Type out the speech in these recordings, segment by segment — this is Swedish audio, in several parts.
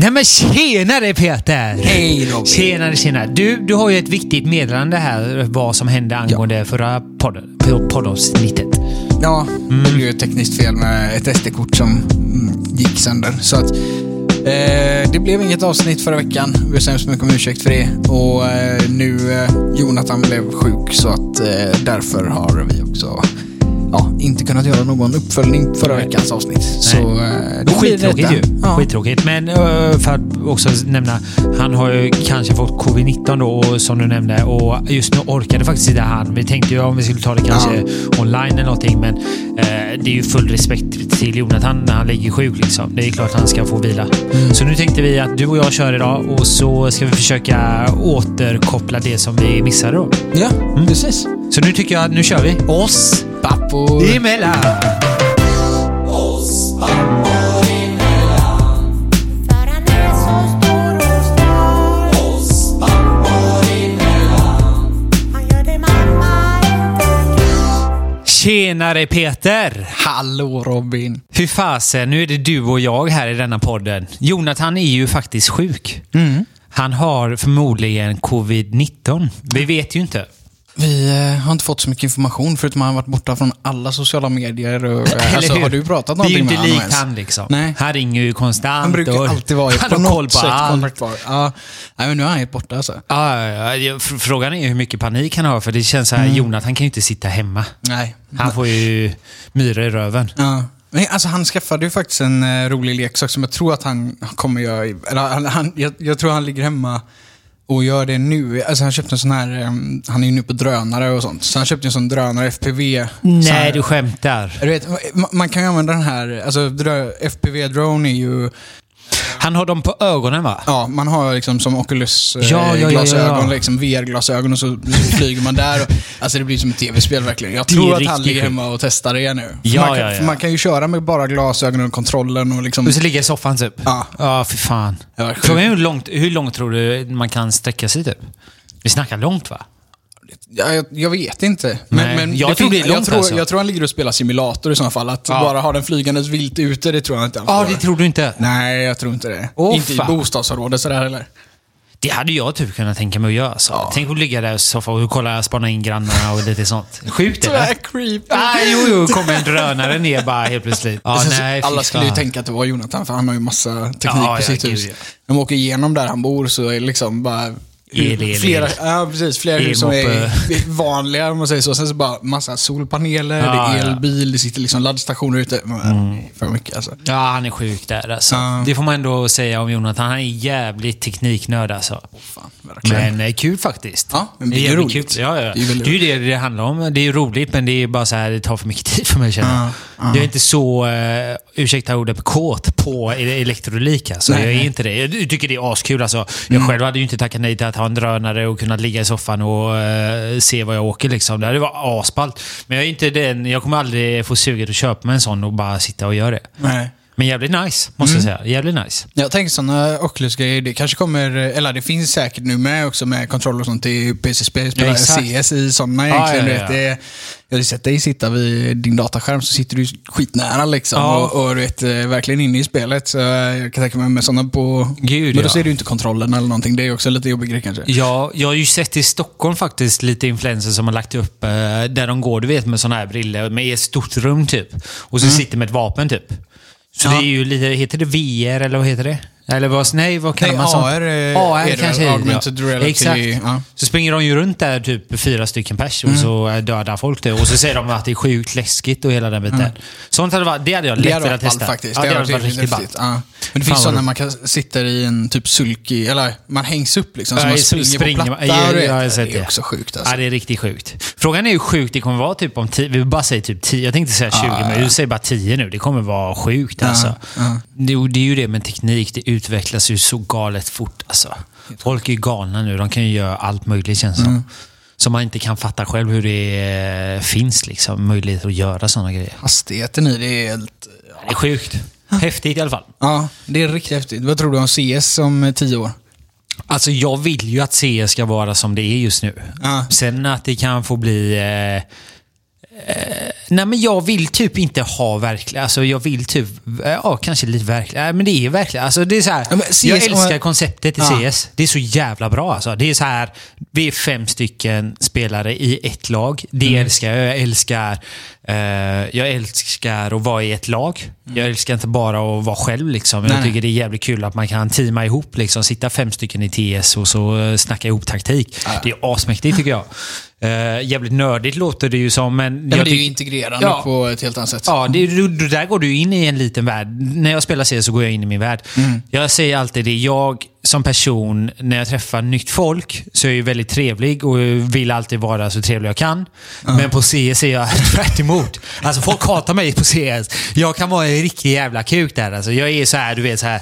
Nej men tjenare Peter! Hej Robin! Tjenare. Du har ju ett viktigt meddelande här vad som hände angående förra poddavsnittet. Ja, det blev ju ett tekniskt fel med ett SD-kort som gick sönder. Så att det blev inget avsnitt förra veckan. Vi har så hemskt mycket om ursäkt för det. Och nu Jonathan blev sjuk så att därför har vi också inte kunnat göra någon uppföljning förra veckans avsnitt. Så skittråkigt ju. Ja. Skittråkigt. Men för att också nämna, han har ju kanske fått covid-19 då, som du nämnde, och just nu orkade faktiskt inte han. Vi tänkte ju om vi skulle ta det kanske online eller någonting, men det är ju full respekt till Jonathan när han ligger sjuk liksom. Det är klart att han ska få vila. Så nu tänkte vi att du och jag kör idag och så ska vi försöka återkoppla det som vi missade då. Ja, precis. Så nu tycker jag att nu kör vi. Oss pappor emellan. Oss pappor emellan. För han är så stor och stark. Oss pappor emellan. Han gör det mamma inte kan. Tjenare Peter! Hallå Robin! Hur fasen, nu är det du och jag här i denna podden. Jonathan är ju faktiskt sjuk. Han har förmodligen covid-19. Vi vet ju inte. Vi har inte fått så mycket information förutom att han har varit borta från alla sociala medier. Och, alltså, har du pratat någonting med honom? Det är ju inte likt han liksom. Nej. Han ringer ju konstant. Han brukar alltid vara han på har koll något på sätt allt. kontaktbar. Ja. Nej, men nu är han helt borta alltså. Frågan är hur mycket panik han har, för det känns så här, Jonathan kan ju inte sitta hemma. Nej. Han får ju myra i röven. Ja. Nej, alltså han skaffade ju faktiskt en rolig leksak som jag tror att han kommer göra. Eller jag tror han ligger hemma och gör det nu. Alltså han köpte en sån här, han är ju nu på drönare och sånt. Så han köpte en sån drönare FPV. Nej, du skämtar. Du vet, man kan ju använda den här, alltså FPV-drone är ju... Han har dem på ögonen, va? Ja, man har liksom som Oculus glasögon, liksom VR-glasögon och så flyger man där. Och, alltså det blir som ett tv-spel verkligen. Jag tror att han ligger hemma och testar det nu. För man kan ju köra med bara glasögon och kontrollen och liksom... Och så ligger i soffan typ. Ja, för fan. Frågan är hur långt tror du man kan sträcka sig typ? Vi snackar långt, va? Ja, jag vet inte. Men jag tror det är långt, alltså. Jag tror han ligger och spelar simulator i sådana fall. Att bara ha den flygandes vilt ute, det tror jag inte han får. Ja, det tror du inte? Nej, jag tror inte det. Inte fan. I bostadsområdet sådär eller? Det hade jag typ kunnat tänka mig att göra. Så. Ja. Tänk att ligga där i soffan och kolla, spana in grannarna och lite sånt. Sjukt, eller? Det är creepy. Jo, kommer en drönare ner bara helt plötsligt. Alla skulle ju tänka att det var Jonathan, för han har ju massa teknik på sitt hus. De åker igenom där han bor så är det liksom bara... Flera hus som är vanliga om man säger så. Sen så bara massa solpaneler, det är elbil, det sitter liksom laddstationer ute. För mycket alltså. Ja, han är sjuk där alltså. Det får man ändå säga om Jonathan. Han är jävligt tekniknörd alltså. Men kul faktiskt. Ja, men det är roligt. Ja. Det är ju det handlar om. Det är ju roligt, men det är bara så här, det tar för mycket tid för mig att känna. Jag är inte så, ursäkta ordet, kåt på elektronik alltså. Jag är inte det. Jag tycker det är askul alltså. Jag själv hade ju inte tackat nej till att ha en drönare och kunna ligga i soffan och se vad jag åker liksom. Det var aspalt. Men jag är inte den, jag kommer aldrig få suget att köpa mig en sån och bara sitta och göra det. Nej. Men jävligt nice, måste jag säga. Jävligt nice. Jag tänker sådana Oculus-grejer, det kanske kommer, eller det finns säkert nu med också med kontroll och sånt i PC-spel, CS i sådana egentligen. Jag har sett dig sitta vid din dataskärm så sitter du skitnära liksom och du vet, verkligen inne i spelet. Så jag kan tänka mig med sådana på... Gud, men då ser du inte kontrollen eller någonting. Det är också lite jobbig grej kanske. Ja, jag har ju sett i Stockholm faktiskt lite influencers som har lagt upp där de går, du vet, med sådana här briller med ett stort rum typ. Och så sitter med ett vapen typ. Så det är ju lite, heter det VR eller vad heter det? Eller vad kallar man sånt? AR kanske. Augmented reality. Exakt. Så springer de ju runt där typ 4 stycken pers och så dödar folk det. Och så säger de att det är sjukt läskigt och hela den biten. Sånt hade varit, det hade jag lätt velat testa. Faktiskt. Det hade varit riktigt ballt. Men det finns sådana man kan sitta i en typ sulky, eller man hängs upp liksom, så man springer på platta. Det är också sjukt alltså. Ja, det är riktigt sjukt. Frågan är hur sjukt det kommer vara typ om 10, vi vill bara säga typ 10, jag tänkte säga 20, men du säger bara 10 nu. Det kommer vara sjukt alltså. Det är ju det med teknik, det utvecklas ju så galet fort alltså. Folk är ju galna nu, de kan ju göra allt möjligt känns som man inte kan fatta själv hur det finns liksom möjlighet att göra sådana grejer. Hastigheten i det är helt... Det är sjukt. Häftigt i alla fall. Ja, det är riktigt häftigt. Vad tror du om CS om 10 år? Alltså jag vill ju att CS ska vara som det är just nu. Sen att det kan få bli Nej, men jag vill typ inte ha verkligen. Alltså jag vill typ, kanske lite verkligen. Men det är verkligen, alltså det är så här. Ja, CS, jag älskar konceptet i CS. Det är så jävla bra alltså. Det är så här, vi är 5 stycken spelare i ett lag. Det älskar jag. Jag älskar att vara i ett lag. Jag älskar inte bara att vara själv liksom. Jag tycker det är jävligt kul att man kan teama ihop liksom, sitta 5 stycken i TS och så snacka ihop taktik. Det är asmäktigt tycker jag. Jävligt nördigt låter det ju som, men det är ju integrerande på ett helt annat sätt. Ja, där går du in i en liten värld. När jag spelar CS så går jag in i min värld. Jag säger alltid det, jag som person, när jag träffar nytt folk så är jag ju väldigt trevlig och vill alltid vara så trevlig jag kan. Men på CS är jag tvärt emot. Alltså folk hatar mig på CS. Jag kan vara en riktig jävla kuk där. Alltså, jag är så här, du vet så här.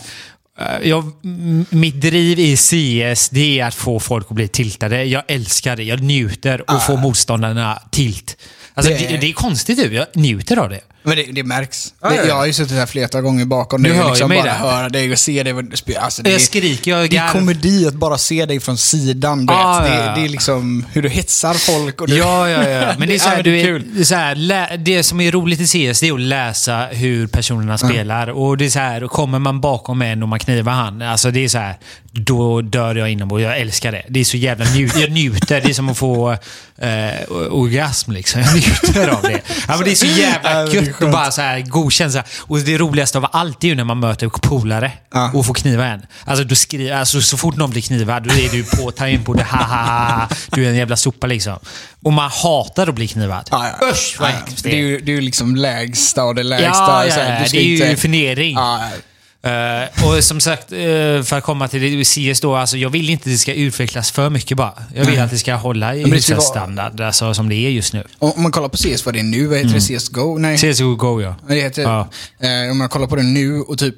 Mitt driv i CS, det är att få folk att bli tiltade. Jag älskar det, jag njuter och få motståndarna tilt. Alltså det är konstigt typ, jag njuter av det. Men det märks. Jag har ju suttit här flera gånger bakom dig och liksom bara höra dig och se dig. Alltså jag skriker, det är komedi att bara se dig från sidan. Det är liksom hur du hetsar folk. Och du... Ja. Men det är så här, det är kul. Det är så här, det som är roligt i CS, det är att läsa hur personerna spelar. Och det är så här, kommer man bakom en och man knivar han, alltså det är så här, då dör jag inombords. Jag älskar det. Det är så jävla jag njuter. Det är som att få orgasm liksom. Jag njuter av det. Ja, men det är så jävla gött och bara så här god känsla. Och det roligaste av allt är ju när man möter polare och får kniva en. Alltså du skriver, alltså så fort någon blir knivad, då är du på ta in på det. Du är en jävla sopa liksom. Och man hatar att bli knivad. Usch, vad hemskt det är ju liksom lägsta och det lägsta. Ja, så här, det är ju förnedring. Och som sagt, för att komma till det CS då, alltså jag vill inte att det ska utvecklas för mycket bara. Jag vill att det ska hålla i vissa standard, alltså som det är just nu. Om man kollar på CS, vad det är nu, vad heter det? CSGO? Nej. CSGO, ja. Det heter, om man kollar på det nu och typ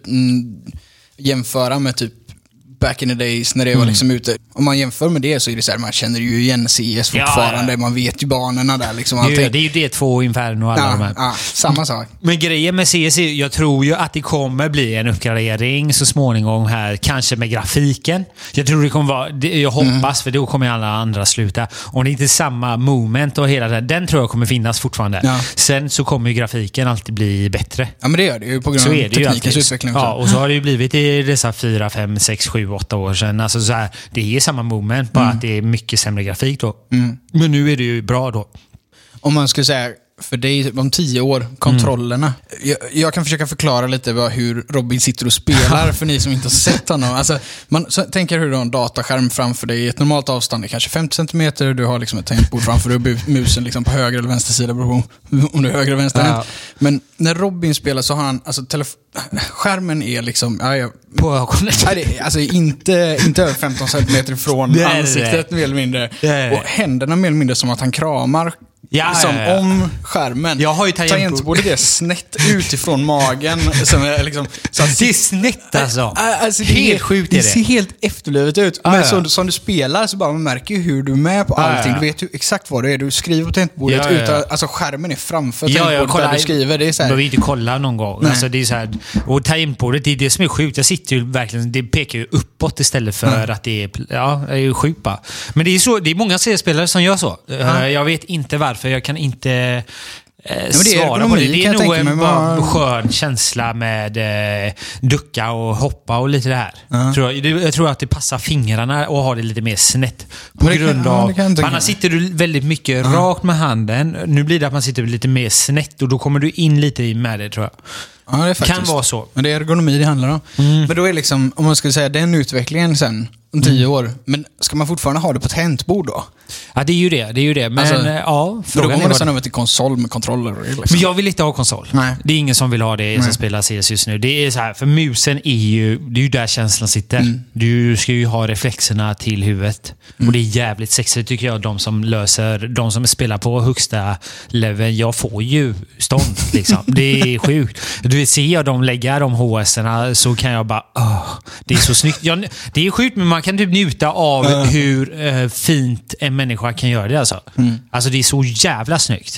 jämföra med typ back in the days när det var liksom ute. Om man jämför med det så är det så här, man känner ju igen CS fortfarande. Man vet ju banorna där liksom. Det är ju D2 Inferno och alla de här. Samma sak. Men grejen med CS, jag tror ju att det kommer bli en uppgradering så småningom här. Kanske med grafiken. Jag tror det kommer vara, jag hoppas, för då kommer alla andra sluta. Om det inte är samma moment och hela den tror jag kommer finnas fortfarande. Sen så kommer ju grafiken alltid bli bättre. Ja, men det gör det ju på grund av teknikens utveckling. Ja, och så har det ju blivit i dessa 4, 5, 6, 7, 8 år sedan. Alltså så här, det är samma moment, bara att det är mycket sämre grafik då. Men nu är det ju bra då. Om man skulle säga för dig om 10 år, kontrollerna. Jag kan försöka förklara lite hur Robin sitter och spelar för ni som inte har sett honom. Alltså, man tänker hur du har en dataskärm framför dig i ett normalt avstånd, det är kanske 50 cm, du har liksom ett tangentbord framför dig och musen liksom på höger eller vänster sida, om du är höger eller vänster. Men när Robin spelar så har han, alltså skärmen är liksom på ögonen. Alltså inte över 15 cm från ansiktet mer eller mindre. Och händerna mer eller mindre som att han kramar om skärmen. Jag har ju tangentbordet är snett utifrån magen som är liksom, så att det är snett alltså det helt sjukt är det. Det ser helt efterblivet ut. Men så, som du spelar så bara man märker ju hur du är med på allting. Du vet ju exakt vad det är. Du skriver på tangentbordet utan, alltså skärmen är framför tangentbordet där du skriver. Det är så här. Behöver inte kolla någon gång. Alltså, det är så här, och tangentbordet, det är det som är sjukt. Jag sitter ju verkligen, det pekar ju uppåt istället för att det är är ju sjukt bara. Men det är så, det är många CS-spelare som gör så. Jag vet inte varför. Jag kan inte svara på det. Det är nog en bara skön känsla med ducka och hoppa och lite det här. Jag tror att det passar fingrarna och ha det lite mer snett. På grund av annars sitter du väldigt mycket rakt med handen. Nu blir det att man sitter lite mer snett och då kommer du in lite i med det, tror jag. Ja, det är faktiskt. Kan vara så. Men det är ergonomi det handlar om. Men då är liksom, om man skulle säga den utvecklingen sen om 10 år, men ska man fortfarande ha det på tangentbord då? Ja, det är ju det. Men alltså, frågan då går man nästan över till konsol med kontroller. Liksom. Men jag vill inte ha konsol. Nej. Det är ingen som vill ha det som spelar CS just nu. Det är så här, för musen är ju där känslan sitter. Du ska ju ha reflexerna till huvudet. Och det är jävligt sexigt tycker jag, de som spelar på högsta level. Jag får ju stånd liksom. Det är sjukt. Du vet, ser jag dem lägga de HS-erna så kan jag bara det är så snyggt. Det är sjukt, men man kan typ njuta av hur fint en människa kan göra det alltså. Alltså det är så jävla snyggt.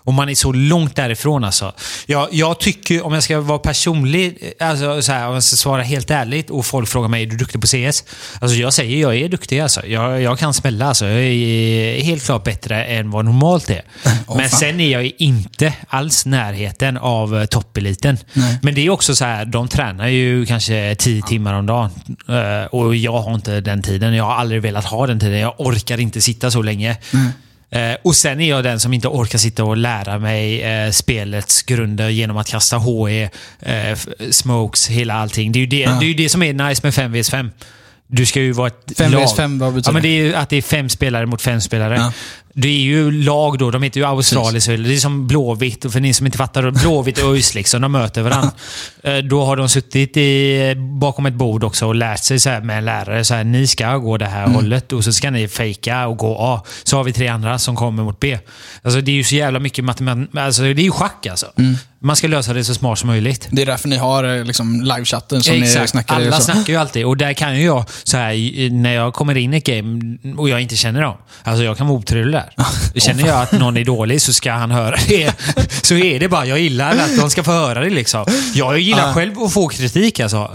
Och man är så långt därifrån alltså. Jag tycker, om jag ska vara personlig, alltså så här, om jag ska svara helt ärligt och folk frågar mig, är du duktig på CS? Alltså jag säger, jag är duktig alltså. Jag kan spela alltså. Jag är helt klart bättre än vad normalt är. Men sen är jag inte alls närheten av toppeliten. Nej. Men det är också så här, de tränar ju kanske 10 timmar om dagen. Och jag har inte den tiden. Jag har aldrig velat ha den tiden. Jag orkar inte sitta så länge. Och sen är jag den som inte orkar sitta och lära mig spelets grunder genom att kasta HE, smokes, hela allting. Det är ju det som är nice med 5vs5. Du ska ju vara ett 5vs5, vad betyder det? Men det är ju att det är 5 spelare mot 5 spelare. Ja. Det är ju lag då, de heter ju Australis. Det är som Blåvitt, och för ni som inte fattar, Blåvitt och ÖIS liksom, de möter varandra. Då har de suttit bakom ett bord också och lärt sig så här med en lärare så här, ni ska gå det här hållet och så ska ni fejka och gå A. Så har vi 3 andra som kommer mot B. Alltså det är ju så jävla mycket matematik, alltså det är ju schack alltså. Man ska lösa det så smart som möjligt. Det är därför ni har liksom live-chatten som Exakt. ni snackar. Alla snackar ju alltid. Och där kan ju jag, så här, när jag kommer in i ett game och jag inte känner dem. Alltså jag kan vara otrevlig där. Känner jag att någon är dålig så ska han höra det. Så är det bara. Jag gillar att de ska få höra det liksom. Jag gillar själv att få kritik alltså.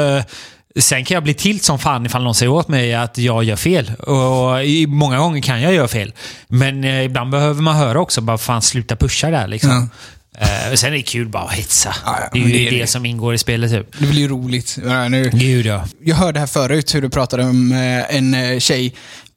Sen kan jag bli till som fan ifall någon säger åt mig att jag gör fel. Och många gånger kan jag göra fel. Men ibland behöver man höra också. Bara fan sluta pusha där liksom. Sen är det kul bara att hetsa. Det är ju det som ingår i spelet typ. Det blir ju roligt. Gud, ja. Jag hörde här förut hur du pratade om en tjej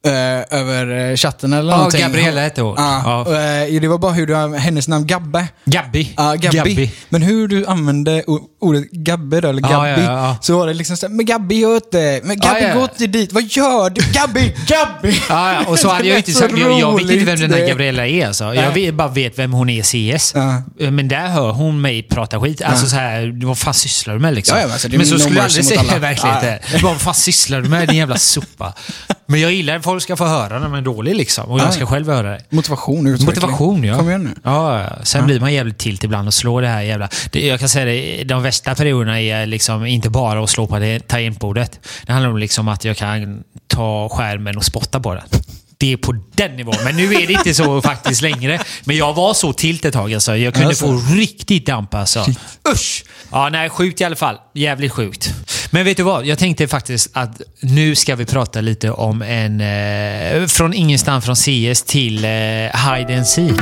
över chatten eller någonting. Gabriella hette hon. Det var bara hur du, hennes namn Gabbe. Gabby. Men hur du använde ordet Gabbe då, eller Gabby, så var det liksom så här, men Gabby gör inte, men Gabby går inte dit, vad gör du? Gabby! Och så hade jag inte sagt, jag vet inte vem den här Gabriella är alltså. Jag bara vet vem hon är i CS. Men där hör hon mig prata skit. Alltså så här, vad fan sysslar du med liksom? Alltså, men så skulle jag aldrig säga verkligen. Vad fan sysslar du med, din jävla sopa? Men jag gillar att folk ska få höra när man är dålig liksom. Och jag ska själv höra det. Motivation, ja. Kom igen nu. Sen blir man jävligt till ibland och slår det här jävla... Jag kan säga det, de värsta perioderna är liksom inte bara att slå på det tangentbordet. Det handlar om liksom att jag kan ta skärmen och spotta på den. Det är på den nivån. Men nu är det inte så faktiskt längre. Men jag var så tilt ett tag alltså. Jag kunde få riktigt damp alltså. Usch! Ja, nej, sjukt i alla fall. Jävligt sjukt. Men vet du vad? Jag tänkte faktiskt att nu ska vi prata lite om en... från ingenstans från CS till Hide and Seek.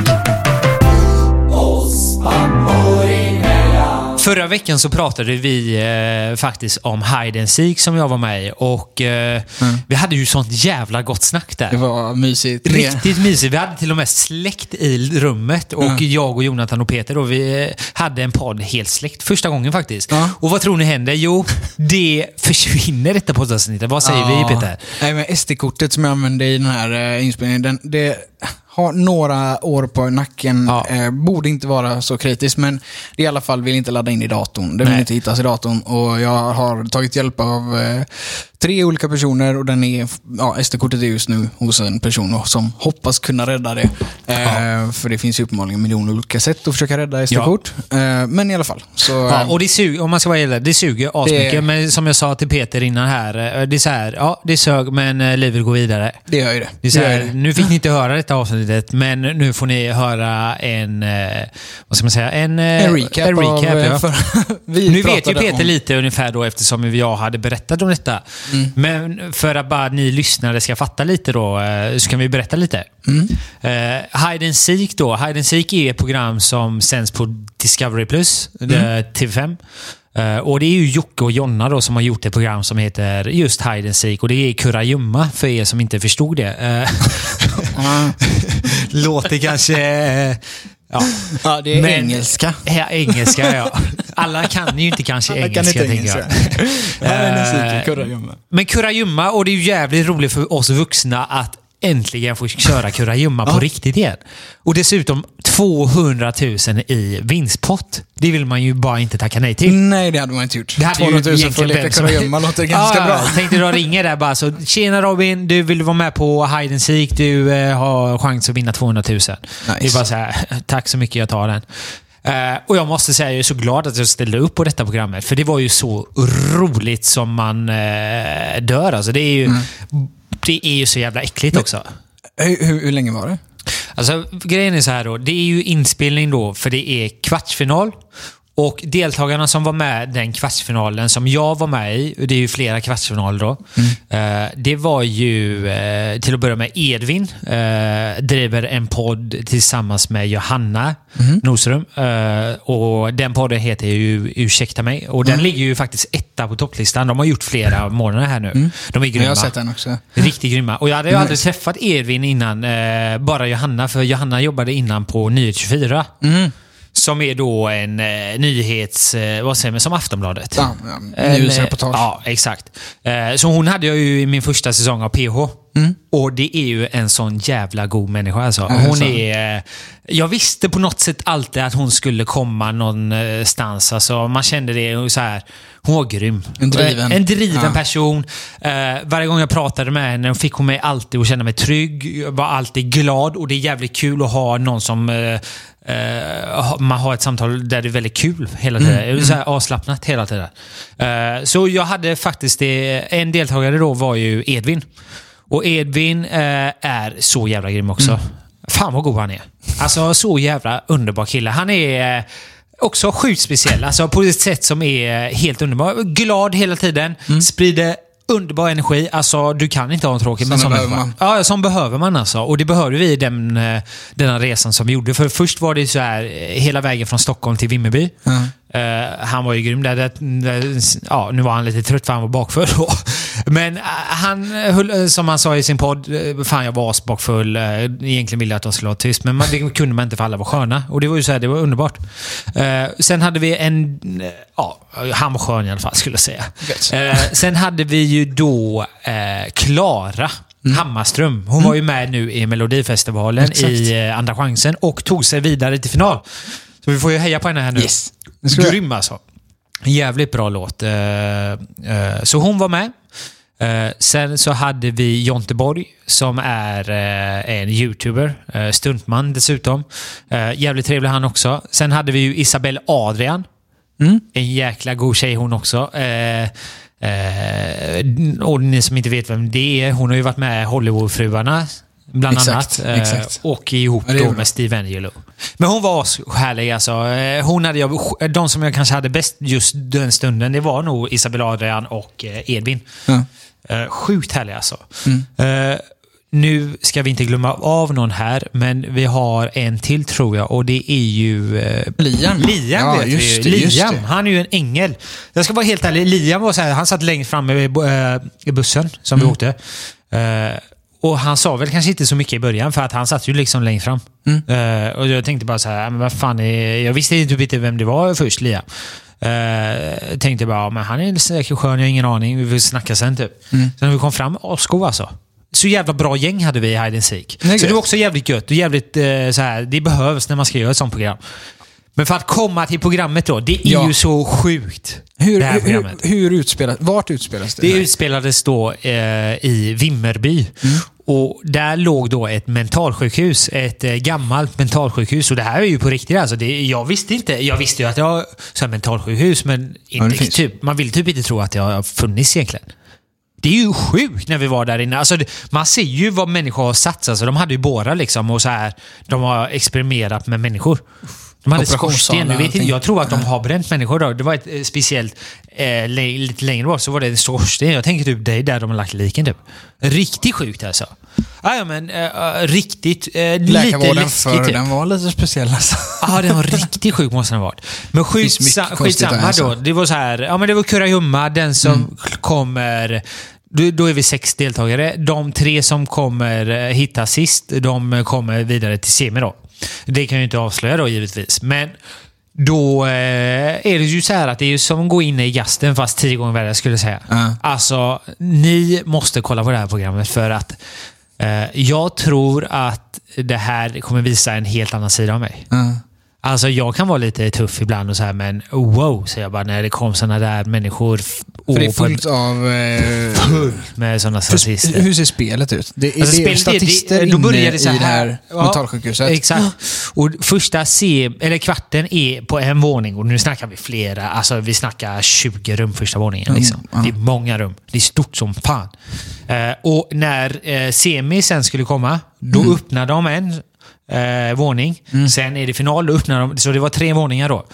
Förra veckan så pratade vi faktiskt om Hide and Seek som jag var med i. Och vi hade ju sånt jävla gott snack där. Det var mysigt. Riktigt mysigt. Vi hade till och med släckt i rummet. Och jag och Jonathan och Peter då, vi hade en podd helt släckt. Första gången faktiskt. Och vad tror ni händer? Jo, det försvinner detta poddavsnittet. Vad säger vi, Peter? Nej, men SD-kortet som jag använde i den här inspelningen, det har några år på nacken. Borde inte vara så kritiskt, men det i alla fall vill inte ladda in i datorn. Det vill inte hittas i datorn. Och jag har tagit hjälp av 3 olika personer och den är, SD-kortet är just nu hos en person som hoppas kunna rädda det. För det finns ju uppenbarligen miljoner olika sätt att försöka rädda SD-kort. Men i alla fall. Så, och det suger, om man ska vara ärlig, det suger asmycket. Men som jag sa till Peter innan här, det är så här, det sög, men livet går vidare. Det gör ju det. Det är så här, nu fick ni inte höra detta avsnittet, men nu får ni höra en, vad ska man säga, en recap. Nu vet ju Peter lite ungefär då, eftersom jag hade berättat om detta. Men för att bara ni lyssnare ska fatta lite då, så kan vi berätta lite. Hide and Seek då. Hide and Seek är ett program som sänds på Discovery Plus, TV5. Och det är ju Jocke och Jonna då som har gjort ett program som heter just Hide and Seek. Och det är kurragömma för er som inte förstod det. Låter kanske... Ja, det är engelska. Ja, engelska, ja. Alla kan ju inte kanske engelska, tänker jag. Men kurragömma, och det är ju jävligt roligt för oss vuxna att äntligen få köra kurragömma på riktigt igen. Och dessutom 200 000 i vinstpott. Det vill man ju bara inte tacka nej till. Nej, det hade man inte gjort. Det hade 200 000 för att leka kurragömma låter ganska bra. Tänkte du ringer där bara så, tjena Robin, du vill vara med på Hide and Seek, du har chans att vinna 200 000. Nice. Det är bara så här, tack så mycket, jag tar den. Och jag måste säga, jag är så glad att jag ställde upp på detta programmet, för det var ju så roligt som man dör. Alltså, det är ju så jävla äckligt också. Hur länge var det? Alltså, grejen är så här då. Det är ju inspelning då, för det är kvartsfinal. Och deltagarna som var med den kvartsfinalen som jag var med i, det är ju flera kvartsfinaler då. Det var ju till att börja med Edvin driver en podd tillsammans med Johanna Nordström. Och den podden heter ju Ursäkta mig. Och den ligger ju faktiskt etta på topplistan. De har gjort flera månader här nu. De är grymma. Jag har sett den också. Riktigt grymma. Och jag hade ju aldrig träffat Edvin innan, bara Johanna. För Johanna jobbade innan på Nyhet 24. Som är då en nyhets... vad säger man? Som Aftonbladet. Ja, nyhetsreportage. Ja, exakt. Så hon hade jag ju i min första säsong av PH. Och det är ju en sån jävla god människa alltså. Hon är... Jag visste på något sätt alltid att hon skulle komma någonstans. Alltså, man kände det så här. Hon var grym. En driven person. Varje gång jag pratade med henne fick hon mig alltid att känna mig trygg. Jag var alltid glad. Och det är jävligt kul att ha någon som... man har ett samtal där det är väldigt kul hela tiden. Det är så här avslappnat hela tiden. Så jag hade faktiskt en deltagare då var ju Edvin. Och Edvin är så jävla grym också. Fan vad god han är. Alltså så jävla underbar kille. Han är också sjukt speciell. Alltså på ett sätt som är helt underbar. Glad hela tiden. Sprider underbar energi. Alltså du kan inte ha en tråkig. Men som behöver man. Ja, som behöver man alltså. Och det behövde vi i den resan som vi gjorde. För först var det så här hela vägen från Stockholm till Vimmerby. Han var ju grym där. Ja, nu var han lite trött för han var bakfull då. Men han höll, som han sa i sin podd, fan jag var asbakfull. Egentligen ville jag att de skulle vara tyst. Men det kunde man inte för alla var sköna. Och det var ju så här, det var underbart. Sen hade vi han var skön i alla fall skulle jag säga. Sen hade vi ju då Klara Hammarström. Hon var ju med nu i Melodifestivalen i Andra chansen och tog sig vidare till final. Så vi får ju heja på henne här nu. Yes. Grym alltså. Jävligt bra låt. Så hon var med. Sen så hade vi Jonteborg som är en YouTuber. Stuntman dessutom. Jävligt trevlig han också. Sen hade vi ju Isabelle Adrian. En jäkla god tjej hon också. Och ni som inte vet vem det är, hon har ju varit med Hollywoodfruarna bland annat. Och ihop då med Steve Angelo. Men hon var härlig alltså. Hon hade de som jag kanske hade bäst just den stunden, det var nog Isabelle Adrian och Edvin. Sjukt härlig alltså. Nu ska vi inte glömma av någon här, men vi har en till tror jag, och det är ju Liam. Ja, vet just vi. Liam, han är ju en ängel. Jag ska vara helt ärlig, Liam var så här, han satt längst fram i bussen som vi åkte. Och han sa väl kanske inte så mycket i början för att han satt ju liksom längst fram. Och jag tänkte bara så här, men vad fan jag visste inte vem det var först, Liam. Tänkte bara, men han är säkert skön, jag har ingen aning, vi vill snacka sen typ. Sen när vi kom fram, Asko alltså. Så jävla bra gäng hade vi i Hide and Seek. Så det var också jävligt gött och jävligt så här, det behövs när man ska göra ett sånt program. Men för att komma till programmet då, det är ju så sjukt. Vart utspelas det? Det utspelades då i Vimmerby. Och där låg då ett mentalsjukhus, ett gammalt mentalsjukhus. Och det här är ju på riktigt alltså. Jag visste ju att det var så här mentalsjukhus, men inte, man vill typ inte tro att det har funnits egentligen. Det är ju sjukt när vi var där inne. Alltså, man ser ju vad människor har satsat. Alltså, de hade ju båda liksom och så här, de har experimenterat med människor. De hade skorsten. Jag tror att de har bränt människor då. Det var ett speciellt lite längre bort så var det en skorsten. Jag tänker typ det är där de har lagt liken typ. Riktigt sjukt alltså. Ja men riktigt läkarvården lite läskigt för typ. Den var lite speciell alltså. Ja, den var riktigt sjuk måste den ha varit. Men skitsamma då. Det var så här, ja men det var kurragömma, den som kommer. Då är vi 6 deltagare. De 3 som kommer hitta sist, de kommer vidare till semi då. Det kan jag ju inte avslöja då givetvis. Men då är det ju så här att det är ju som att gå in i gasten fast 10 gånger värre skulle jag säga. Alltså, ni måste kolla på det här programmet för att jag tror att det här kommer visa en helt annan sida av mig. Alltså jag kan vara lite tuff ibland och så här, men wow, säger jag bara när det kom såna där människor. För det är fullt av med sådana statister. Hur ser spelet ut? Det är alltså, statister då börjar det i så här, det här mentalsjukhuset. Exakt. Och första kvarten är på en våning och nu snackar vi flera. Alltså vi snackar 20 rum första våningen liksom. Det är många rum. Det är stort som fan. Och när semi sen skulle komma, då öppnade de en våning. Sen är det final, då öppnar de, så det var 3 våningar då.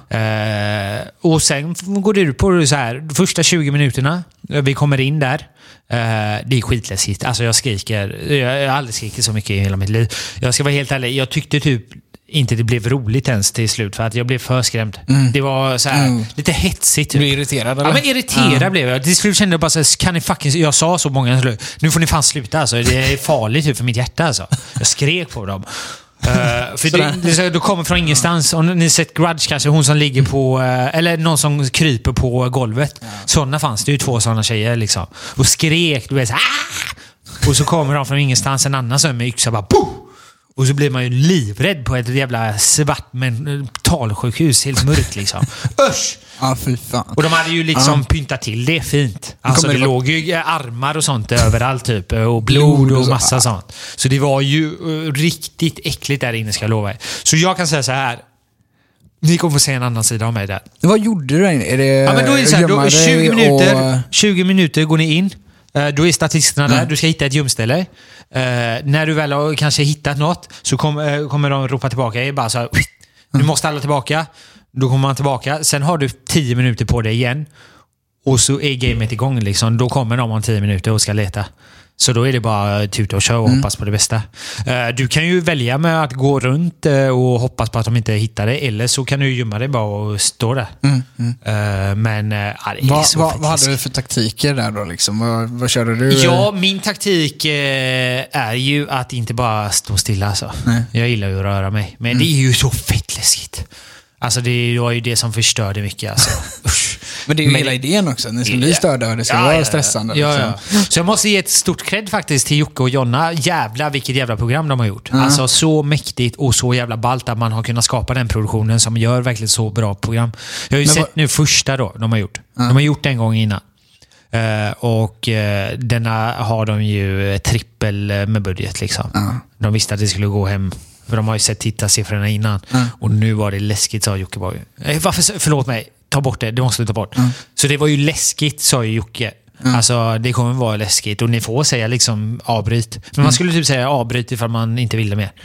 Och sen går det ut på så här, första 20 minuterna, vi kommer in där. Det är skitläskigt. Alltså jag skriker, jag har aldrig skrikit så mycket i hela mitt liv. Jag ska vara helt ärlig, jag tyckte typ inte det blev roligt ens till slut, för att jag blev för skrämd. Det var så här, lite hetsigt typ. Du blev irriterad eller? Ja, men irriterad blev jag. Till slut kände jag bara så här, kan ni fucking... Jag sa så många, nu får ni fan sluta alltså. Det är farligt typ för mitt hjärta alltså. Jag skrek på dem. För det kommer från ingenstans. Om ni sett Grudge kanske, hon som ligger på eller någon som kryper på golvet. Sådana fanns det ju 2 sådana tjejer liksom. Och skrek, du vet så här, och så kommer de från ingenstans, en annan som med yxa bara boom! Och så blir man ju livrädd på ett jävla svart mentalsjukhus, helt mörkt liksom. Usch! Ja, fy fan. Och de hade ju liksom pyntat till det fint. Alltså det låg ju armar och sånt överallt typ. Och blod och massa sånt. Så det var ju riktigt äckligt där inne, ska jag lova er. Så jag kan säga så här. Ni kommer få se en annan sida av mig där. Vad gjorde du där inne? Är det, ja, men då är det så här, då 20 minuter går ni in. Då är statisterna där. Du ska hitta ett gömställe. När du väl har kanske hittat något, så kommer de ropa tillbaka. Det är bara så här, nu måste alla tillbaka. Då kommer man tillbaka. Sen har du 10 minuter på dig igen. Och så är gamet igång liksom. Då kommer de om 10 minuter och ska leta. Så då är det bara tuta och köra och hoppas på det bästa. Du kan ju välja med att gå runt och hoppas på att de inte hittar det. Eller så kan du gömma dig bara och stå där. Men det är så vad hade du för taktiker där då liksom? Vad körde du? Ja, min taktik är ju att inte bara stå stilla alltså. Jag gillar ju att röra mig. Men det är ju så fett läskigt. Alltså det var ju det som förstörde mycket alltså. Usch. Men det är ju hela idén också. Ni ska bli störda och det ska vara stressande. Ja. Så jag måste ge ett stort cred faktiskt till Jocke och Jonna. Jävla vilket jävla program de har gjort. Alltså så mäktigt och så jävla ballt att man har kunnat skapa den produktionen som gör verkligen så bra program. Jag har ju sett nu första då de har gjort. De har gjort en gång innan. Och denna har de ju trippel med budget liksom. De visste att det skulle gå hem. För de har ju sett tittarsiffrorna innan. Och nu var det läskigt, sa Jocke. Förlåt mig, ta bort det måste du ta bort. Så det var ju läskigt, sa ju Jocke. Alltså det kommer vara läskigt. Och ni får säga liksom avbryt. Men man skulle typ säga avbryt ifall man inte ville mer.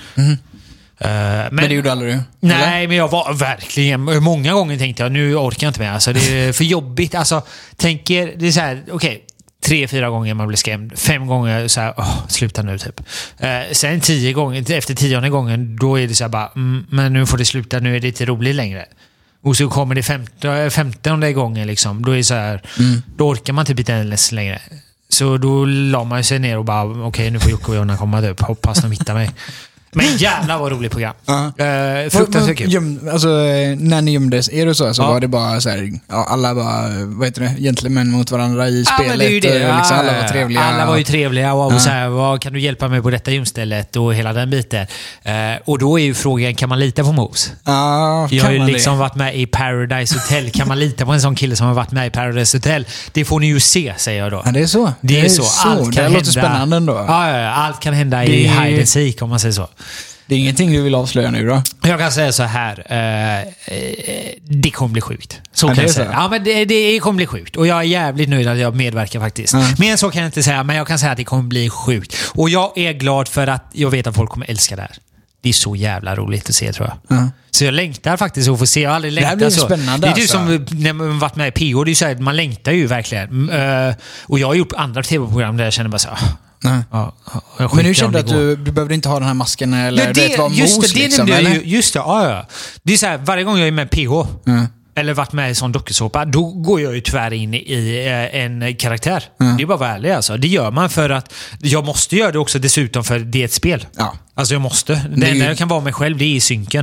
Men det gjorde aldrig du? Nej, men jag var verkligen... Många gånger tänkte jag, nu orkar jag inte mer. Alltså, det är för jobbigt. Alltså, tänker... Det är så här, okej. 3-4 gånger man blir skrämd. 5 gånger så här, sluta nu typ. Sen 10 gånger, efter 10:e gången, då är det så här bara, men nu får det sluta, nu är det inte roligt längre. Och så kommer det 15:e gången liksom, då är det så här, då orkar man typ inte ens längre. Så då la man sig ner och bara, okej, nu får Jocke och Jonna komma typ. Hoppas de hittar mig. Men jävlar vad roligt program. Fruktansvärt kul. Alltså, när ni gömdes, är det så? Så var det bara så här, alla bara, vad heter det, gentlemän mot varandra i spelet. Men det är ju det. Liksom, alla var trevliga. Alla var ju trevliga och så här, vad kan du hjälpa mig på detta gömstället och hela den biten. Och då är ju frågan, kan man lita på Mos? Jag har ju liksom varit med i Paradise Hotel. Kan man lita på en sån kille som har varit med i Paradise Hotel? Det får ni ju se, säger jag då. Ja, det är så. Det är så. Allt kan det låter spännande ändå. Ja, allt kan hända i hide and seek, om man säger så. Det är ingenting du vill avslöja nu då? Jag kan säga så här. Det kommer bli sjukt. Så kan jag säga. Ja, men det kommer bli sjukt. Och jag är jävligt nöjd att jag medverkar faktiskt. Men så kan jag inte säga. Men jag kan säga att det kommer bli sjukt. Och jag är glad för att jag vet att folk kommer älska det här. Det är så jävla roligt att se, tror jag. Så jag längtar faktiskt att få se. Jag har aldrig längtat så. Det blir spännande. Det är ju som när man varit med i PO. Det är ju så här, man längtar ju verkligen. Och jag har gjort andra tv-program där jag känner bara så här. Men nu kände att du behövde inte ha den här masken eller det var mos liksom, just det, ja. Det är så här, varje gång jag är med i PH eller varit med i sån dokusåpa, då går jag ju tyvärr in i en karaktär. Det är bara att vara ärlig alltså. Det gör man för att jag måste göra det också dessutom för det är ett spel. Alltså jag måste. Det enda jag kan vara mig själv, det är i synken.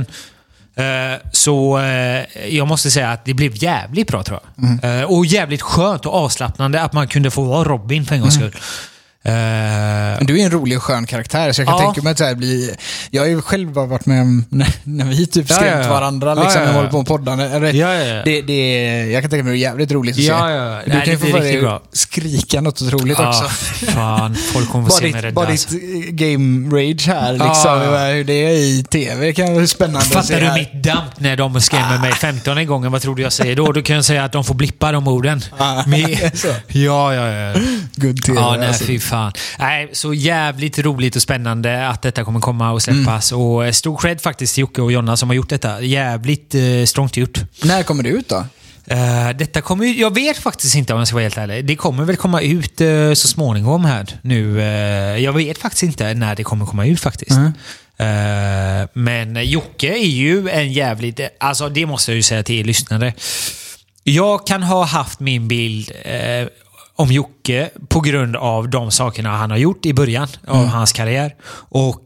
Så jag måste säga att det blev jävligt bra, tror jag. Och jävligt skönt och avslappnande att man kunde få vara Robin för en gångs skull. Du är en rolig och skön karaktär, så jag kan tänka mig att det här blir... Jag har ju själv varit med när vi typ skrämt varandra liksom, när vi håller på med poddarna. Jag kan tänka mig att det är jävligt roligt att se. Du kan ju få börja skrika något otroligt också. Fan, folk kommer få se mig rädda. Bara ditt game rage här liksom, hur det är i tv kan vara spännande. Fattar du mitt damp när de skrämmer mig 15 gången? Vad tror du jag säger då? Då kan jag säga att de får blippa de orden. Ja. good TV. Ja, nej, fy fan. Nej, så jävligt roligt och spännande att detta kommer komma och släppas. Och stor cred faktiskt till Jocke och Jonna som har gjort detta. Jävligt strångt gjort. När kommer det ut då? Detta kommer ju, jag vet faktiskt inte om jag ska vara helt ärlig. Det kommer väl komma ut så småningom här nu. Jag vet faktiskt inte när det kommer komma ut faktiskt. Men Jocke är ju en jävligt... Alltså det måste jag ju säga till er lyssnare. Jag kan ha haft min bild om Jocke på grund av de sakerna han har gjort i början av hans karriär. Och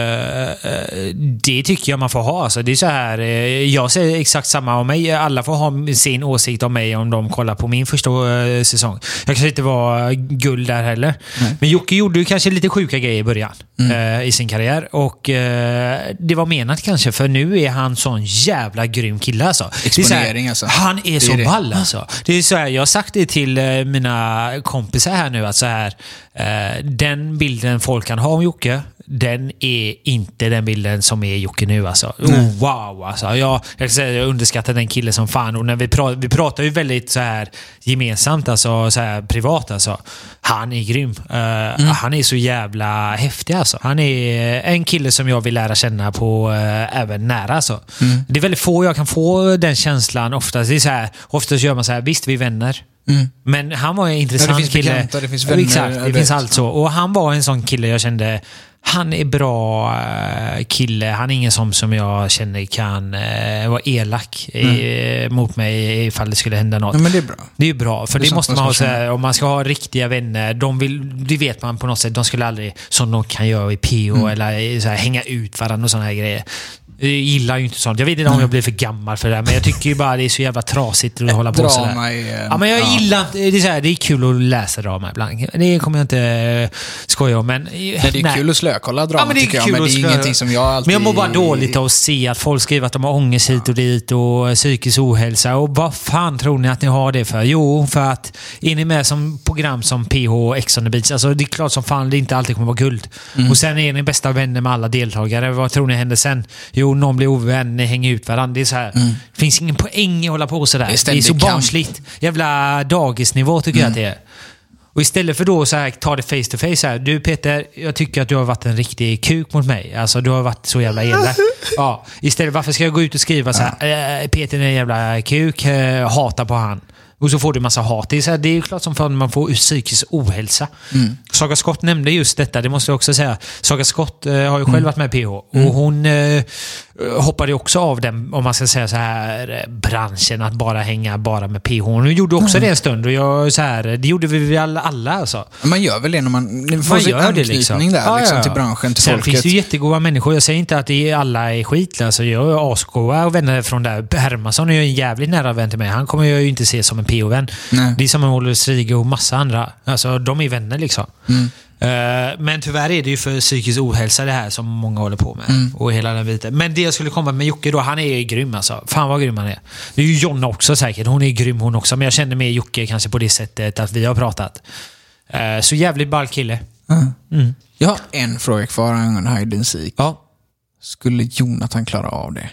det tycker jag man får ha. Alltså, det är så här, jag säger exakt samma om mig. Alla får ha sin åsikt om mig om de kollar på min första säsong. Jag kanske inte var guld där heller. Men Jocke gjorde ju kanske lite sjuka grejer i början i sin karriär. Och det var menat kanske, för nu är han sån jävla grym kille alltså. Exponering alltså. Han är så ball alltså. Det är så här, jag har sagt det till mina kompisar här nu att så här, den bilden folk kan ha om Jocke, den är inte den bilden som är Jocke nu alltså. Wow alltså. Jag kan säga, jag underskattar den killen som fan. Och när vi pratar ju väldigt så här gemensamt alltså, så här privat alltså. Han är grym. Han är så jävla häftig alltså. Han är en kille som jag vill lära känna på även nära alltså. Det är väldigt få jag kan få den känslan oftast. Det är så här, oftast gör man så här, visst vi är vänner. Men han var en intressant kille. Bekanta, det finns vänner. Exakt, det finns allt så. Och han var en sån kille jag kände, han är bra kille. Han är ingen som jag känner kan vara elak mot mig ifall det skulle hända något. Ja, men det är bra. Det är ju bra, för det måste man ha så här, om man ska ha riktiga vänner. Det vet man på något sätt, de skulle aldrig, som de kan göra i PO eller så här, hänga ut varandra och såna här grejer. Jag gillar ju inte sånt. Jag vet inte om jag blir för gammal för det här, men jag tycker ju bara det är så jävla trasigt att hålla på sådär. Ja, men jag gillar inte, det är så här, det är kul att läsa drama ibland. Det kommer jag inte skoja om, men det är kul att slökolla drama tycker jag, men det är ingenting som jag alltid... Men jag mår bara dåligt att se att folk skriver att de har ångest hit och dit och psykisk ohälsa, och vad fan tror ni att ni har det för? Jo, för att är ni med som program som PH och Ex on the Beach, alltså det är klart som fan det inte alltid kommer vara guld. Och sen är ni bästa vänner med alla deltagare. Vad tror ni händer sen? Jo, någon blir ovän, ni hänger ut varandra. Det är så här, det finns ingen poäng att hålla på sådär. Det är så barnsligt. Jävla dagisnivå tycker jag att det är. Och istället för då så här, ta det face to face här. Du Peter, jag tycker att du har varit en riktig kuk mot mig. Alltså du har varit så jävla elak. Ja, istället, varför ska jag gå ut och skriva så här, Peter är en jävla kuk, hata på han. Och så får du massa hat. Det är ju klart som fan man får psykisk ohälsa. Saga Scott nämnde just detta, det måste jag också säga. Saga Scott har ju själv varit med i PH. Och hon hoppade också av den, om man ska säga så här, branschen att bara hänga bara med PH. Hon gjorde också det en stund. Och jag, så här, det gjorde vi alla alltså. Man gör väl det när man får sin anknytning liksom. Där liksom, till branschen, till sen folket. Finns det ju jättegoda människor. Jag säger inte att alla är skit. Alltså, jag är asgoda och vänner från där. Hermansson är ju en jävligt nära vän till mig. Han kommer jag ju inte se som en PO-vän. Det är som en Oliver Strige och massa andra. Alltså, de är vänner liksom. Men tyvärr är det ju för psykisk ohälsa det här som många håller på med. Och hela den biten. Men det jag skulle komma med Jocke då, han är grym alltså. Fan vad grym han är. Det är ju Jonna också säkert. Hon är grym hon också. Men jag känner med Jocke kanske på det sättet att vi har pratat. Så jävligt ball kille. Jag har en fråga kvar angående hide and seek. Ja. Skulle Jonathan klara av det?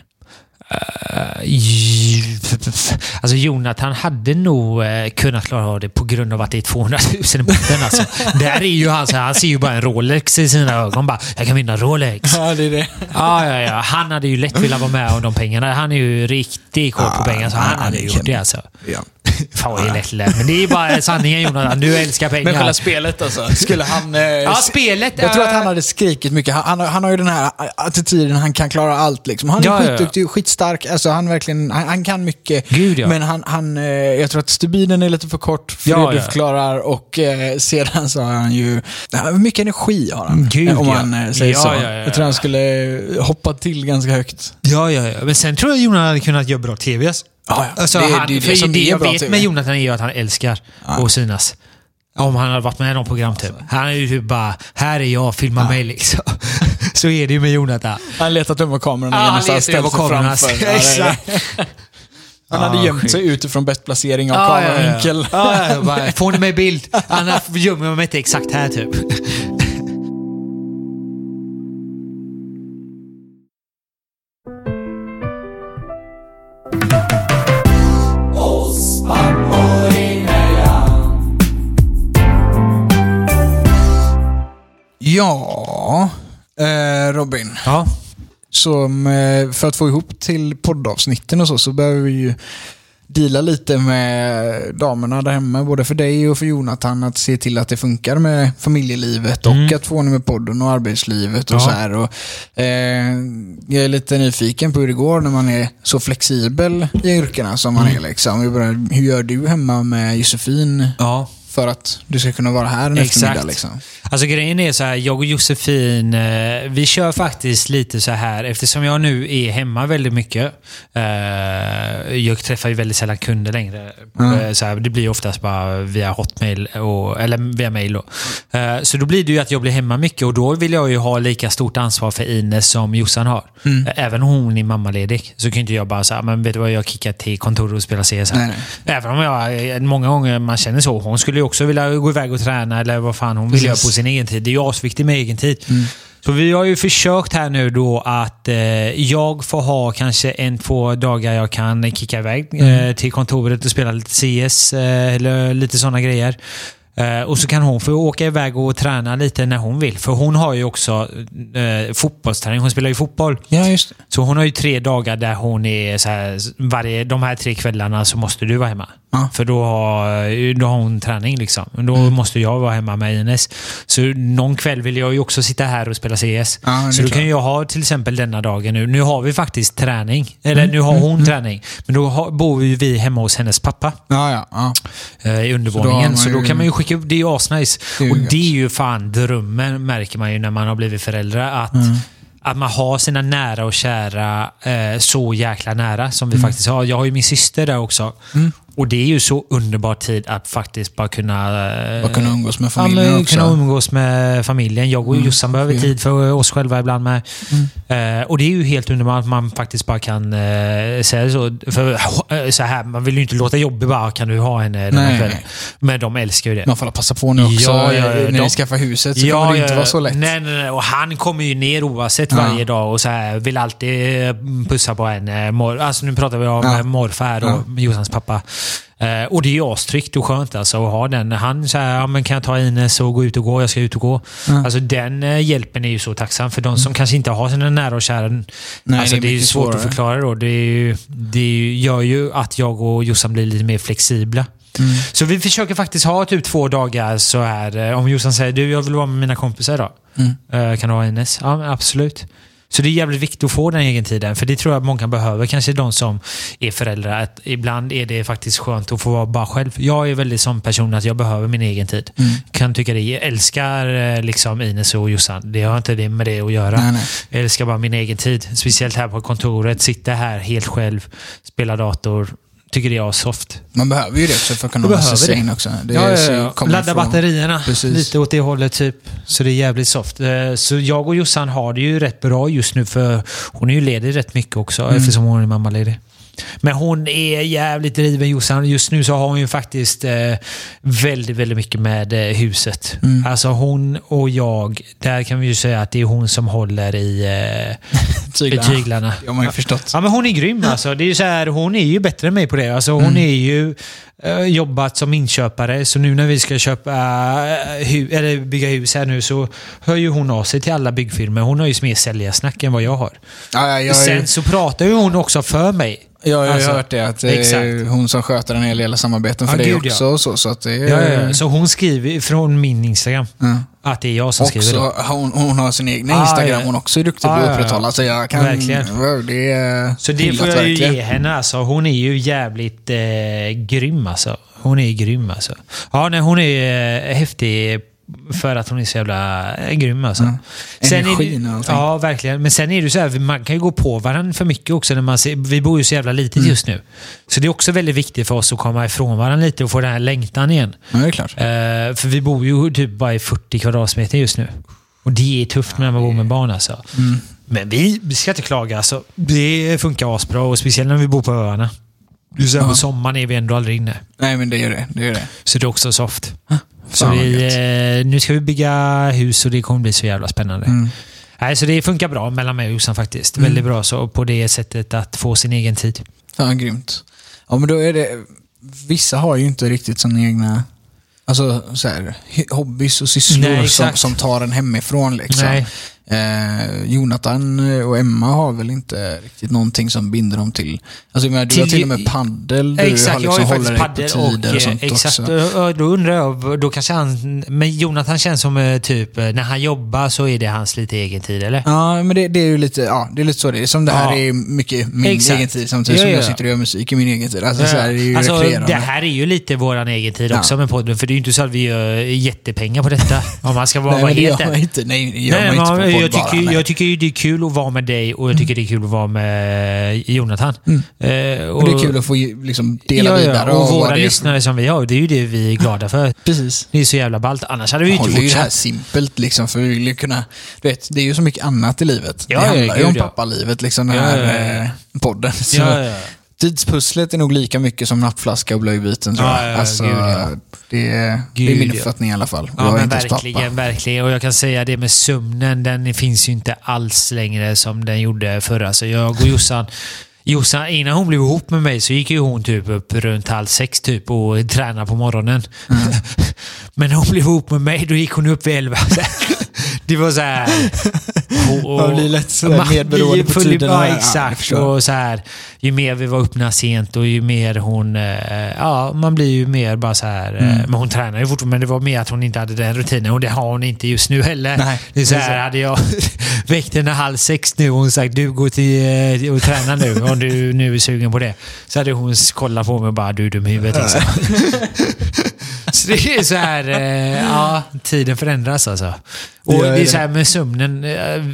Alltså Jonathan hade nog kunnat klara av det på grund av att det är 200 000 i botten alltså. Där är ju han ser ju bara en Rolex i sina ögon, bara, jag kan vinna Rolex. Ja, det är det. Ja. Han hade ju lätt velat vara med om de pengarna. Han är ju riktigt kort på pengar, så han hade gjort det alltså. Ja. Fan vad är lätt. Men det är bara sanningen, Jonathan. Du älskar pengar. Men själva spelet alltså. Skulle han... spelet... Jag tror att han hade skrikit mycket. Han har ju den här attityden, han kan klara allt liksom. Han är skitduktig, skitstark. Alltså han verkligen... Han kan mycket. Gud, ja. Men han jag tror att stubinen är lite för kort för det du förklarar. Och sedan så har han ju... Mycket energi har han. Gud, om man säger så. Jag tror han skulle hoppa till ganska högt. Ja. Men sen tror jag Jonathan hade kunnat göra bra tv. Alltså, det jag vet med Jonathan är ju att han älskar att synas. Om han hade varit med i någon program typ. Han är ju typ bara, här är jag, filma mig liksom. Så är det ju med Jonathan. Han letat över kamerorna han ställt sig framför. Exakt. Han hade gömt sig utifrån bäst placering av kameravinkel. Får ni mig bild? Annars gömmer jag mig inte exakt här typ. Ja, Robin. Ja. Så för att få ihop till poddavsnitten och så behöver vi ju deala lite med damerna där hemma, både för dig och för Jonathan, att se till att det funkar med familjelivet och att få med podden och arbetslivet och så här. Och, jag är lite nyfiken på hur det går när man är så flexibel i yrkena som man är liksom. Hur gör du hemma med Josefin? Ja. För att du ska kunna vara här en eftermiddag liksom. Alltså grejen är så här, jag och Josefin, vi kör faktiskt lite så här, eftersom jag nu är hemma väldigt mycket. Jag träffar ju väldigt sällan kunder längre. Så här, det blir oftast bara via hotmail eller via mail. Så då blir det ju att jag blir hemma mycket, och då vill jag ju ha lika stort ansvar för Ines som Jossan har. Även hon är mammaledig, så kan inte jag bara säga, men vet du vad, jag kickar till kontoret och spelar CS här. Nej. Även om jag många gånger man känner så, hon skulle ju också vilja gå iväg och träna eller vad fan hon vill göra på sin egen tid. Det är ju asviktigt med egen tid. Så vi har ju försökt här nu då att jag får ha kanske 1-2 dagar jag kan kicka iväg till kontoret och spela lite CS eller lite sådana grejer. Och så kan hon få åka iväg och träna lite när hon vill. För hon har ju också fotbollsträning. Hon spelar ju fotboll. Ja, just det. Så hon har ju 3 dagar där hon är så här, de här 3 kvällarna så måste du vara hemma. För då har hon träning liksom. Då måste jag vara hemma med Ines. Så någon kväll vill jag ju också sitta här och spela CS. Så då kan jag ha till exempel denna dagen nu. Nu har vi faktiskt träning. Eller nu har hon träning. Men då bor vi hemma hos hennes pappa. I undervåningen. Så då kan man ju skicka upp. Det är ju asnice. Och det är ju fan drömmen, märker man ju när man har blivit föräldrar. Att man har sina nära och kära så jäkla nära som vi faktiskt har. Jag har ju min syster där också. Och det är ju så underbar tid att faktiskt bara kunna umgås med familjen också. Kunna umgås med familjen. Jag och Jossan behöver tid för oss själva ibland med. Och det är ju helt underbart att man faktiskt bara kan säga så. För så här, man vill ju inte låta jobbig bara, kan du ha henne den här kvällen. Men de älskar ju det. Man får passa på nu också. När de skaffar huset så kommer det inte vara så lätt. Nej. Och han kommer ju ner oavsett varje dag och så här, vill alltid pussa på henne. Alltså nu pratar vi om morfar och Jossans pappa. Och det är ju astryggt och skönt alltså att ha den. Han säger, men kan jag ta Ines och gå ut och gå? Jag ska ut och gå. Alltså den hjälpen är ju så tacksam för de som kanske inte har sina nära och kära. Alltså det är ju svårt att förklara då. Det gör ju att jag och Jossan blir lite mer flexibla. Så vi försöker faktiskt ha typ 2 dagar så här. Om Jossan säger, du, jag vill vara med mina kompisar då. Kan du ha Ines? Ja, absolut. Så det är jävligt viktigt att få den egen tiden. För det tror jag att många behöver. Kanske de som är föräldrar. Att ibland är det faktiskt skönt att få vara bara själv. Jag är väldigt sån person att jag behöver min egen tid. Kan tycka det. Jag älskar liksom Ines och Jossan. Det har inte det med det att göra. Nej. Jag älskar bara min egen tid. Speciellt här på kontoret. Sitta här helt själv. Spela dator. Tycker det är soft. Man behöver ju det också för att kunna hålla sig in också. Ladda batterierna. Precis. Lite åt det hållet typ. Så det är jävligt soft. Så jag och Jossan har det ju rätt bra just nu, för hon är ju ledig rätt mycket också eftersom hon är mammaledig. Men hon är jävligt driven, Jossan. Just nu så har hon ju faktiskt väldigt, väldigt mycket med huset. Alltså hon och jag, där kan vi ju säga att det är hon som håller i tyglarna. Jag har ju förstått. Ja, men hon är grym alltså. Det är ju så här, hon är ju bättre än mig på det. Alltså hon är ju jobbat som inköpare, så nu när vi ska köpa eller bygga hus här nu, så hör ju hon av sig till alla byggfirmor. Hon har ju mer säljarsnack än vad jag har. Sen så pratar ju hon också för mig. Jag har hört det, att det är hon som sköter en hel del samarbeten för dig också. Så att det är... Så hon skriver från min Instagram att det är jag som skriver då. Hon har sin egen Instagram. Hon också är duktig på att upprätthålla. Så jag kan... Verkligen. Så det får jag ju ge henne alltså. Hon är ju jävligt grym alltså. Hon är grym alltså. Ja, nej, hon är häftig för att hon är så jävla grym alltså. Energin och allting. Ja, verkligen. Men sen är det så här, man kan ju gå på varandra för mycket också när man ser, vi bor ju så jävla litet just nu. Så det är också väldigt viktigt för oss att komma ifrån varandra lite och få den här längtan igen. Ja, det är klart. För vi bor ju typ bara i 40 kvadratmeter just nu. Och det är tufft när man bor med barn alltså. Men vi ska inte klaga alltså. Det funkar asbra, och speciellt när vi bor på öarna. På sommaren är vi ändå aldrig inne. Nej, men det är det. Så det är också soft. Så nu ska vi bygga hus och det kommer bli så jävla spännande. Nej, så det funkar bra mellan mig och Jossan faktiskt. Väldigt bra så på det sättet att få sin egen tid. Ja, grymt. Ja, men då är det... Vissa har ju inte riktigt sina egna alltså så här, hobbys och sysslor som tar en hemifrån liksom. Nej. Jonathan och Emma har väl inte riktigt någonting som binder dem till. Alltså du har till och med paddel. Exakt, du har liksom jag har ju faktiskt paddel och sånt exakt. Också. Då undrar jag, då kanske men Jonathan känns som typ när han jobbar så är det hans lite egen tid, eller? Ja, men det är ju lite, det är lite så det är. Som det här är mycket min egen tid samtidigt som jag sitter och gör musik i min egen tid. Alltså, så här, det är ju rekreerande. Det här är ju lite våran egen tid också med podden, för det är ju inte så att vi gör jättepengar på detta. Om man ska vara helt jag tycker ju det är kul att vara med dig och jag tycker det är kul att vara med Jonathan. Och det är kul att få liksom dela vidare. Och våra lyssnare som vi har, det är ju det vi är glada för. Precis. Det är så jävla ballt. Annars hade vi inte fortsatt. Det är ju det här simpelt liksom, för vi vill ju kunna, du vet, det är ju så mycket annat i livet. Det handlar ju om pappalivet liksom, den här podden. Så tidspusslet är nog lika mycket som nappflaska och blöjbyten, tror jag. Det är min uppfattning i alla fall. Ja, men verkligen. Och jag kan säga det med sömnen, den finns ju inte alls längre som den gjorde förra. Så jag och Jossan, innan hon blev ihop med mig så gick ju hon typ upp runt 5:30 typ och tränade på morgonen. Men när hon blev ihop med mig, då gick hon upp vid 11. Det var så här. Man blir lätt så medberoende på tiden. Ja, exakt. Och så här, ju mer vi var öppna sent och ju mer hon... man blir ju mer bara så här... Men hon tränar ju fortfarande, men det var mer att hon inte hade den rutinen. Och det har hon inte just nu heller. Nej, det är så här, hade jag väckt henne 5:30 nu och hon sagt, du går till och tränar nu om du nu är sugen på det. Så hade hon kollat på mig och bara, du är dum i huvudet liksom. Så det är så här, tiden förändras alltså. Och det är så här med sömnen.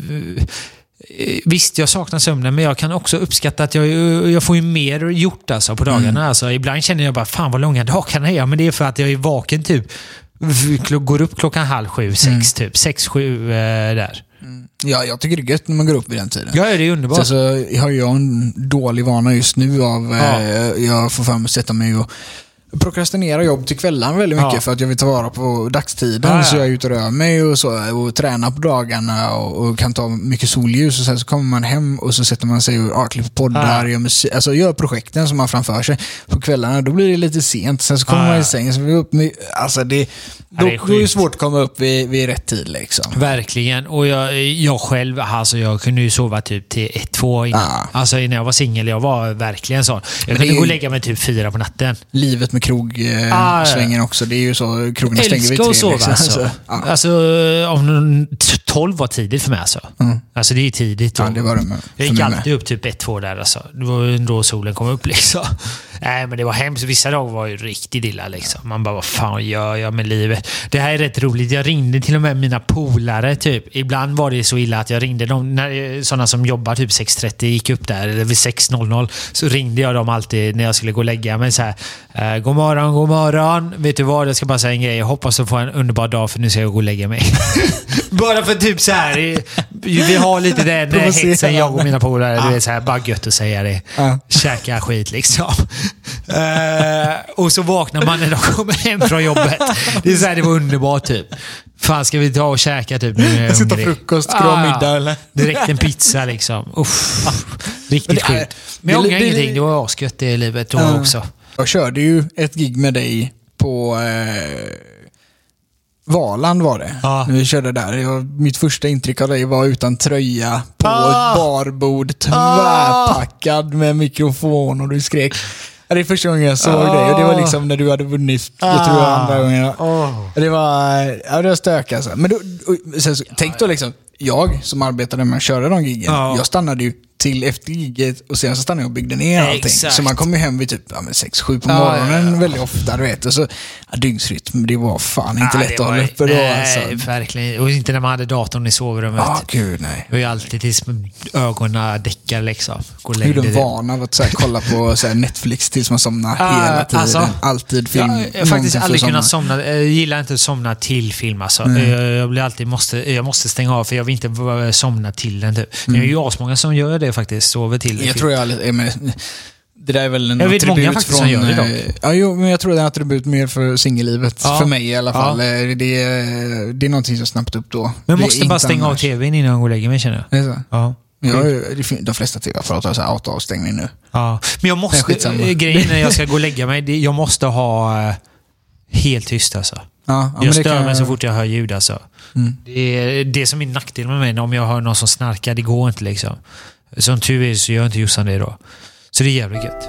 Visst, jag saknar sömnen, men jag kan också uppskatta att jag får ju mer gjort alltså på dagarna. Alltså, ibland känner jag bara, fan vad långa dagarna är. Men det är för att jag är vaken typ, går upp 6:30, 6 typ, 6-7 där. Ja, jag tycker det är gött när man går upp vid den tiden. Ja, det är underbart. Så har jag en dålig vana just nu av jag får fram att sätta mig och prokrastinera jobb till kvällen väldigt mycket för att jag vill ta vara på dagstiden. Så jag är ute och rör mig och tränar på dagarna och kan ta mycket solljus och sen så kommer man hem och så sätter man sig och klipper poddar, gör musik, alltså gör projekten som man framför sig på kvällarna. Då blir det lite sent, sen så kommer man i sängen så vi upp med, alltså då är det svårt att komma upp vid rätt tid liksom. Verkligen. Och jag själv, alltså jag kunde ju sova typ till 1-2 innan. Alltså när jag var singel, jag var verkligen så. Jag kunde gå och lägga mig typ 4 på natten. Livet med krogsvängen också. Det är ju så, krogarna stänger vid 3. Älskar att sova liksom. Alltså om 12 var tidigt för mig alltså. Alltså det är tidigt. Ja, det var det med. Jag gick alltid upp typ 1-2 där alltså. Det var då solen kom upp liksom. Nej, men det var hemskt. Vissa dagar var ju riktigt illa liksom. Man bara, vad fan gör jag med livet? Det här är rätt roligt. Jag ringde till och med mina polare typ. Ibland var det så illa att jag ringde dem, sådana som jobbar typ 6:30 gick upp där, eller vid 6:00 så ringde jag dem alltid när jag skulle gå och lägga mig så här, god morgon. Vet du vad, jag ska bara säga en grej. Jag hoppas att få en underbar dag för nu ska jag gå och lägga mig. Bara för typ så här, vi har lite den hetsen, jag och mina polare, det är så här, bara gött att säga det. Käka skit liksom. Och så vaknar man när de kommer hem från jobbet. Det är så här, det var underbart typ. Fan, ska vi ta och käka typ nu? Sitta frukost, middag eller? Direkt en pizza liksom. Riktigt sjukt. Men jag ångrar ingenting, det var asgött det livet då också. Jag körde ju ett gig med dig på Valand var det. När vi körde där. Mitt första intryck av dig var utan tröja på ett barbord, tvärpackad med mikrofon och du skrek. Det är första gången jag såg dig och det var liksom när du hade vunnit, jag tror andra gången. Det var stök alltså. Men tänk då liksom, jag som arbetade med att köra de giggen, jag stannade ju till efter giget och sen så stannade jag och byggde ner allting. Exakt. Så man kom ju hem vid typ 6-7 på morgonen väldigt ofta, du vet. Och så dygnsrytm, det var fan inte lätt att hålla uppe då. Nej, verkligen. Och inte när man hade datorn i sovrummet. Gud, nej. Det var ju alltid tills ögonen däckar liksom. Hur är van av att kolla på Netflix tills man somnar hela tiden. Alltså, alltid film. Jag har faktiskt aldrig kunnat somna. Jag gillar inte att somna till film alltså. Jag blir alltid jag måste stänga av för jag vill inte somna till den typ. Det är ju asmånga som gör det faktiskt, sover till. Jag tror det där är väl en jag vet många faktiskt som gör det dock. Men jag tror det är en attribut mer för singellivet. För mig i alla fall. Det är någonting som snabbt upp då. Men måste bara stänga av tvn innan jag går och lägger mig, känner jag. Det är så? Ja. De flesta tv-apparater har så här autoavstängning nu. Ja. Men jag måste, grejen när jag ska gå och lägga mig, jag måste ha helt tyst alltså. Ja, Jag stör mig så fort jag hör ljud alltså. Det är det som är nackdel med mig. Om jag hör någon som snarkar, det går inte liksom. Som tur är så gör inte Jossan det då. Så det är jävligt gött.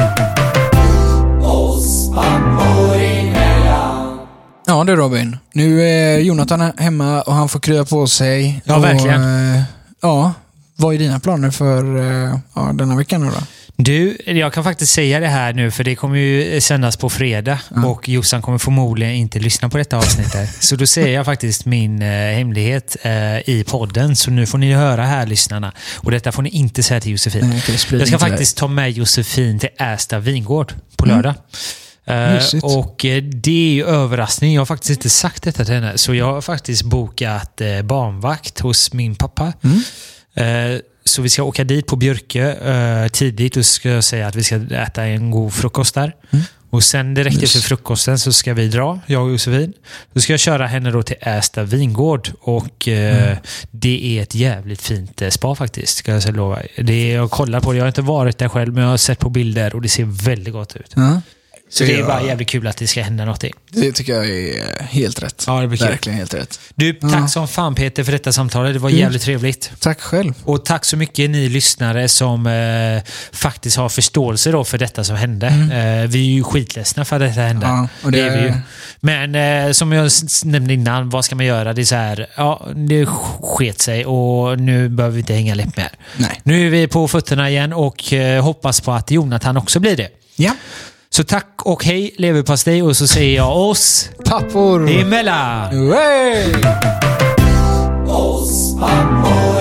Ja du Robin, nu är Jonathan hemma och han får krya på sig. Ja, verkligen. Ja, vad är dina planer för denna veckan nu då? Du, jag kan faktiskt säga det här nu, för det kommer ju sändas på fredag och Jossan kommer förmodligen inte lyssna på detta avsnittet. Så då säger jag faktiskt min hemlighet i podden, så nu får ni höra här, lyssnarna. Och detta får ni inte säga till Josefin. Nej, jag ska faktiskt ta med Josefin till Ästa vingård på lördag. Och det är ju överraskning. Jag har faktiskt inte sagt detta till henne. Så jag har faktiskt bokat barnvakt hos min pappa. Så vi ska åka dit på Björke tidigt och ska jag säga att vi ska äta en god frukost där. Och sen direkt efter frukosten så ska vi dra, jag och Josefin. Då ska jag köra henne då till Ästa vingård. Och det är ett jävligt fint spa faktiskt, ska jag lova. Jag kollar på det, jag har inte varit där själv, men jag har sett på bilder och det ser väldigt gott ut. Så det är bara jävligt kul att det ska hända någonting. Det tycker jag är helt rätt. Ja, det blir kul. Verkligen helt rätt. Du, tack som fan Peter för detta samtalet. Det var jävligt trevligt. Tack själv. Och tack så mycket ni lyssnare som faktiskt har förståelse då för detta som hände. Vi är ju skitledsna för att detta hände. Ja, och det är vi ju. Men som jag nämnde innan, vad ska man göra? Det är så här, ja, det sket sig och nu behöver vi inte hänga läpp mer. Nej. Nu är vi på fötterna igen och hoppas på att Jonathan också blir det. Ja. Så tack och hej, leverpastej, och så säger jag oss pappor emellan. Hey! Oss pappor